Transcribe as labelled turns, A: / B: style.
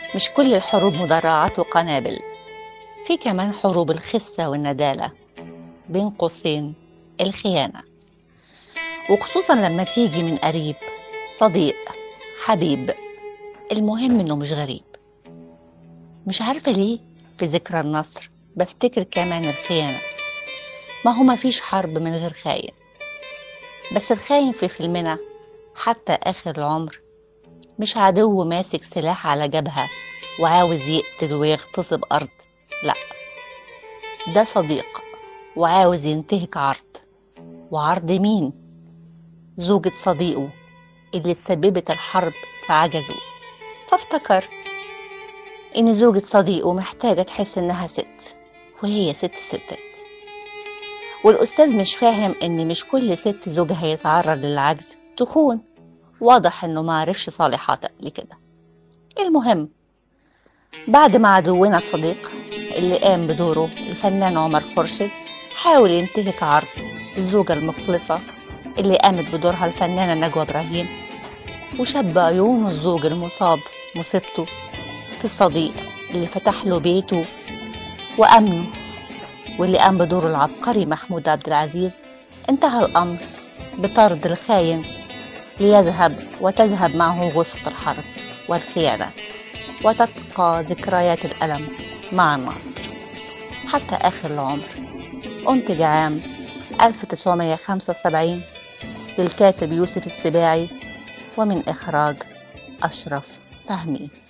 A: مش كل الحروب مدرعات وقنابل، في كمان حروب الخسة والندالة، بين قوسين الخيانة، وخصوصا لما تيجي من قريب، صديق، حبيب. المهم إنه مش غريب. مش عارفة ليه في ذكرى النصر بفتكر كمان الخيانة. ما هو مفيش حرب من غير خاين، بس الخاين في فيلمنا حتى آخر العمر مش عدو ماسك سلاح على جبهة وعاوز يقتل ويغتصب أرض، لأ، ده صديق وعاوز ينتهك عرض. وعرض مين؟ زوجة صديقه اللي تسببت الحرب في عجزه. فافتكر إن زوجة صديقه محتاجة تحس إنها ست، وهي ست ستات. والأستاذ مش فاهم إن مش كل ست زوجها يتعرض للعجز تخون. واضح إنه ما عرفش صالحات قبل كده. المهم، بعد ما عدونا الصديق اللي قام بدوره الفنان عمر خورشيد حاول ينتهك عرض الزوجة المخلصة اللي قامت بدورها الفنانة نجوى إبراهيم، وشب عيون الزوج المصاب مصيبته في الصديق اللي فتح له بيته وأمنه، واللي قام بدور العبقري محمود عبد العزيز. انتهى الأمر بطرد الخاين ليذهب وتذهب معه غصة الحرب والخيانة، وتبقى ذكريات الألم مع النصر حتى آخر العمر. أنتج عام 1975 للكاتب يوسف السباعي، ومن إخراج أشرف فهمي.